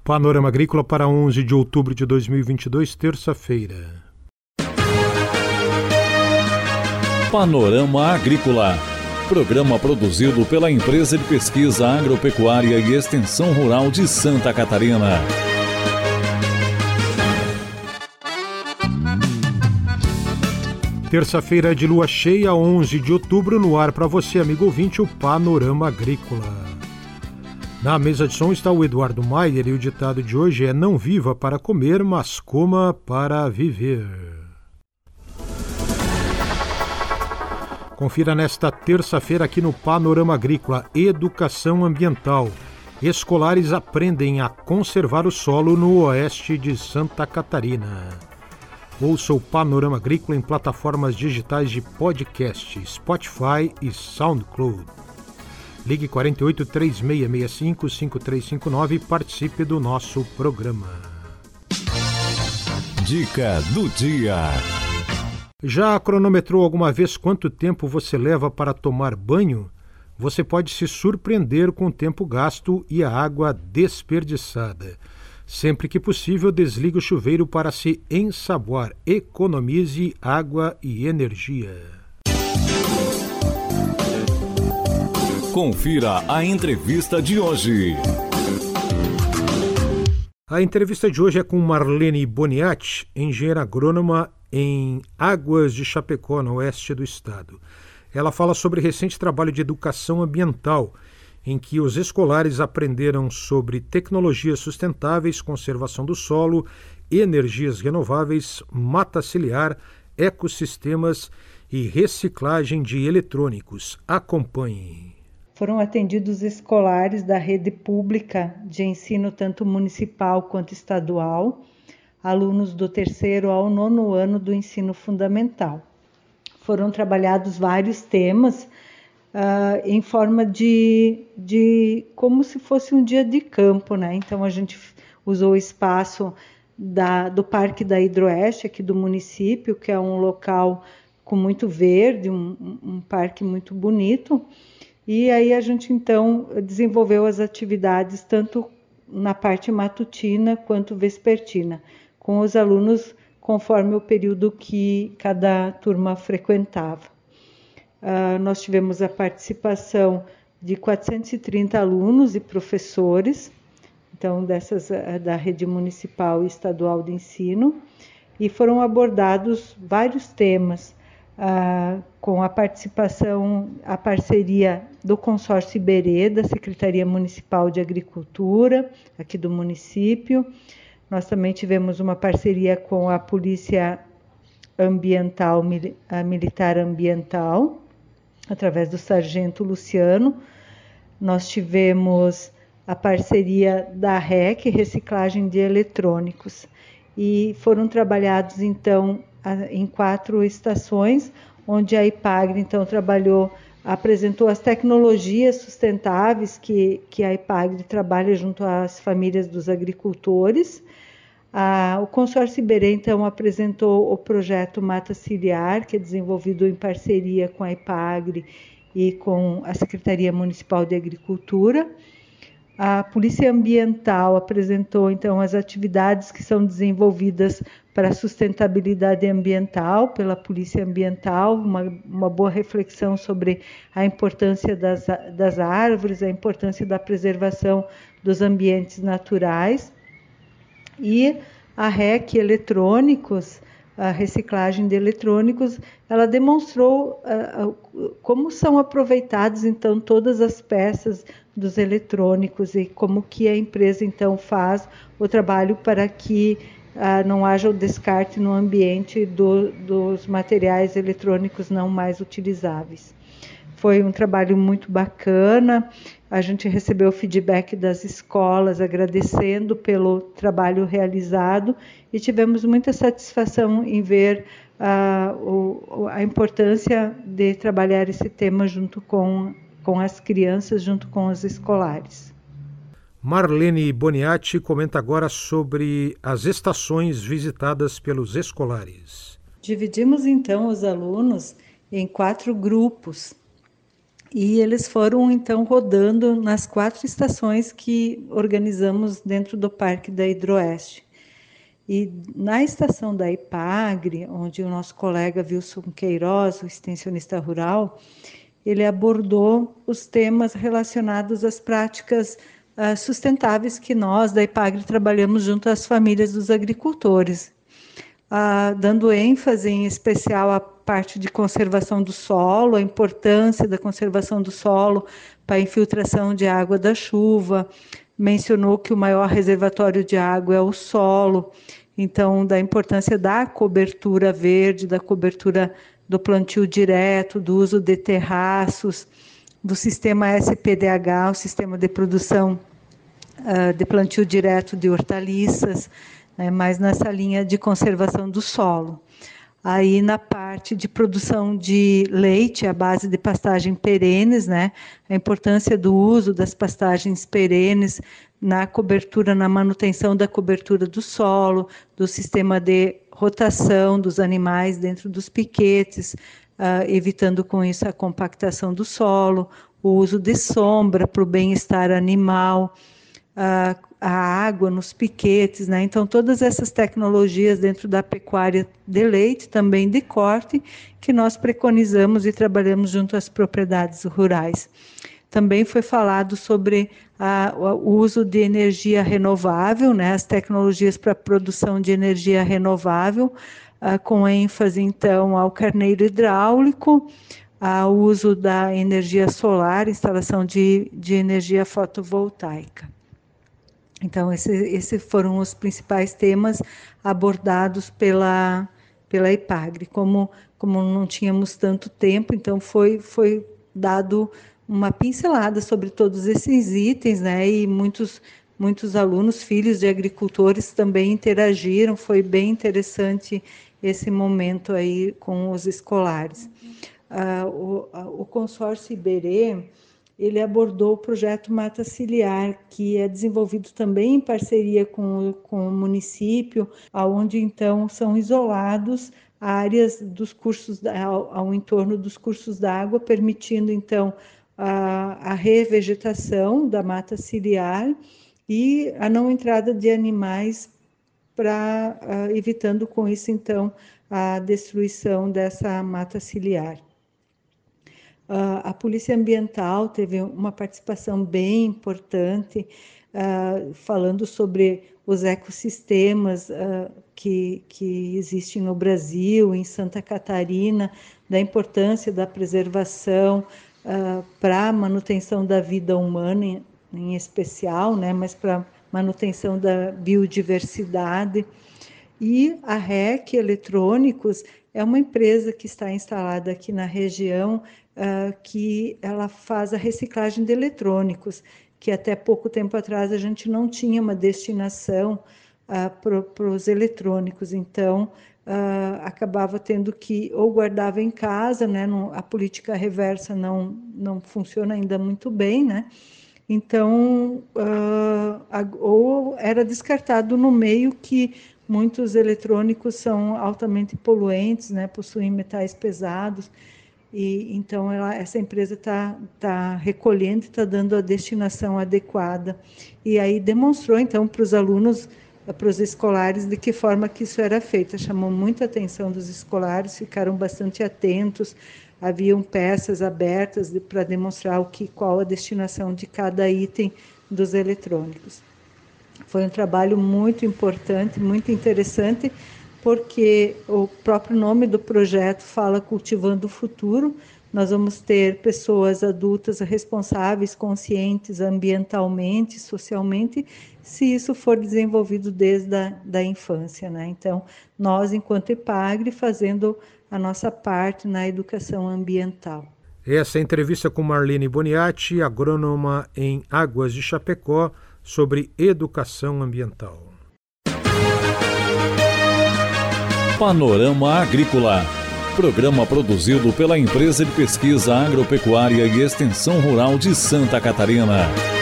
Panorama Agrícola para 11 de outubro de 2022, terça-feira. Panorama Agrícola. Programa produzido pela Empresa de Pesquisa Agropecuária e Extensão Rural de Santa Catarina. Terça-feira de lua cheia, 11 de outubro, no ar para você, amigo ouvinte, o Panorama Agrícola. Na mesa de som está o Eduardo Maier e o ditado de hoje é: não viva para comer, mas coma para viver. Confira nesta terça-feira aqui no Panorama Agrícola: educação ambiental. Escolares aprendem a conservar o solo no oeste de Santa Catarina. Ouça o Panorama Agrícola em plataformas digitais de podcast, Spotify e SoundCloud. Ligue 48 3665 5359 e participe do nosso programa. Dica do dia. Já cronometrou alguma vez quanto tempo você leva para tomar banho? Você pode se surpreender com o tempo gasto e a água desperdiçada. Sempre que possível, desligue o chuveiro para se ensaboar. Economize água e energia. Confira a entrevista de hoje. A entrevista de hoje é com Marlene Boniatti, engenheira agrônoma em Águas de Chapecó, no oeste do estado. Ela fala sobre recente trabalho de educação ambiental, em que os escolares aprenderam sobre tecnologias sustentáveis, conservação do solo, energias renováveis, mata ciliar, ecossistemas e reciclagem de eletrônicos. Acompanhe. Foram atendidos escolares da rede pública de ensino, tanto municipal quanto estadual, alunos do 3º ao 9º ano do ensino fundamental. Foram trabalhados vários temas em forma de como se fosse um dia de campo, né? Então a gente usou o espaço do Parque da Hidroeste, aqui do município, que é um local com muito verde, um parque muito bonito. E aí a gente então desenvolveu as atividades tanto na parte matutina quanto vespertina, com os alunos conforme o período que cada turma frequentava. Nós tivemos a participação de 430 alunos e professores, então dessas da rede municipal e estadual de ensino, e foram abordados vários temas, com a participação, a parceria do Consórcio Iberê, da Secretaria Municipal de Agricultura, aqui do município. Nós também tivemos uma parceria com a Polícia Ambiental, a Militar Ambiental, através do Sargento Luciano. Nós tivemos a parceria da REC, Reciclagem de Eletrônicos, e foram trabalhados, então, em 4 estações, onde a IPAGRE, então, apresentou as tecnologias sustentáveis que a IPAGRE trabalha junto às famílias dos agricultores. O Consórcio Iberê, então, apresentou o projeto Mata Ciliar, que é desenvolvido em parceria com a IPAGRE e com a Secretaria Municipal de Agricultura. A Polícia Ambiental apresentou, então, as atividades que são desenvolvidas para a sustentabilidade ambiental pela Polícia Ambiental, uma boa reflexão sobre a importância das árvores, a importância da preservação dos ambientes naturais. E a REC Eletrônicos, a reciclagem de eletrônicos, ela demonstrou como são aproveitadas, então, todas as peças dos eletrônicos e como que a empresa, então, faz o trabalho para que não haja o descarte no ambiente dos materiais eletrônicos não mais utilizáveis. Foi um trabalho muito bacana, a gente recebeu feedback das escolas agradecendo pelo trabalho realizado e tivemos muita satisfação em ver a importância de trabalhar esse tema junto com as crianças, junto com os escolares. Marlene Boniatti comenta agora sobre as estações visitadas pelos escolares. Dividimos então os alunos em 4 grupos. E eles foram, então, rodando nas 4 estações que organizamos dentro do Parque da Hidroeste. E na estação da IPAGRE, onde o nosso colega Wilson Queiroz, o extensionista rural, ele abordou os temas relacionados às práticas sustentáveis que nós, da IPAGRE, trabalhamos junto às famílias dos agricultores, dando ênfase em especial à parte de conservação do solo, a importância da conservação do solo para a infiltração de água da chuva. Mencionou que o maior reservatório de água é o solo, então da importância da cobertura verde, da cobertura do plantio direto, do uso de terraços, do sistema SPDH, o sistema de produção de plantio direto de hortaliças, né, mais nessa linha de conservação do solo. Aí na parte de produção de leite, à base de pastagem perenes, né, a importância do uso das pastagens perenes na cobertura, na manutenção da cobertura do solo, do sistema de rotação dos animais dentro dos piquetes, evitando com isso a compactação do solo, o uso de sombra para o bem-estar animal, a água nos piquetes, né? Então, todas essas tecnologias dentro da pecuária de leite, também de corte, que nós preconizamos e trabalhamos junto às propriedades rurais. Também foi falado sobre o uso de energia renovável, né? As tecnologias para a produção de energia renovável, com ênfase, então, ao carneiro hidráulico, ao uso da energia solar, instalação de energia fotovoltaica. Então, esses foram os principais temas abordados pela IPAGRE. Como não tínhamos tanto tempo, então foi dado uma pincelada sobre todos esses itens, né? E muitos alunos, filhos de agricultores, também interagiram. Foi bem interessante esse momento aí com os escolares. O consórcio Iberê, ele abordou o projeto Mata Ciliar, que é desenvolvido também em parceria com o município, onde então são isolados áreas dos cursos ao entorno dos cursos d'água, permitindo então a revegetação da mata ciliar e a não entrada de animais, evitando com isso então a destruição dessa mata ciliar. A Polícia Ambiental teve uma participação bem importante, falando sobre os ecossistemas que existem no Brasil, em Santa Catarina, da importância da preservação para a manutenção da vida humana em especial, né, mas para a manutenção da biodiversidade. E a REC Eletrônicos é uma empresa que está instalada aqui na região, que ela faz a reciclagem de eletrônicos, que até pouco tempo atrás a gente não tinha uma destinação para os eletrônicos, então acabava tendo que ou guardava em casa, né? A política reversa não funciona ainda muito bem, né? Então, ou era descartado no meio, que muitos eletrônicos são altamente poluentes, né? Possuem metais pesados. E então essa empresa está recolhendo e está dando a destinação adequada. E aí demonstrou então para os alunos, para os escolares, de que forma que isso era feito. Chamou muita atenção dos escolares, ficaram bastante atentos. Haviam peças abertas para demonstrar qual a destinação de cada item dos eletrônicos. Foi um trabalho muito importante, muito interessante, porque o próprio nome do projeto fala Cultivando o Futuro. Nós vamos ter pessoas adultas responsáveis, conscientes ambientalmente, socialmente, se isso for desenvolvido desde a infância, né? Então, nós, enquanto IPAGRE, fazendo a nossa parte na educação ambiental. Essa é a entrevista com Marlene Boniatti, agrônoma em Águas de Chapecó, sobre educação ambiental. Panorama Agrícola, programa produzido pela Empresa de Pesquisa Agropecuária e Extensão Rural de Santa Catarina.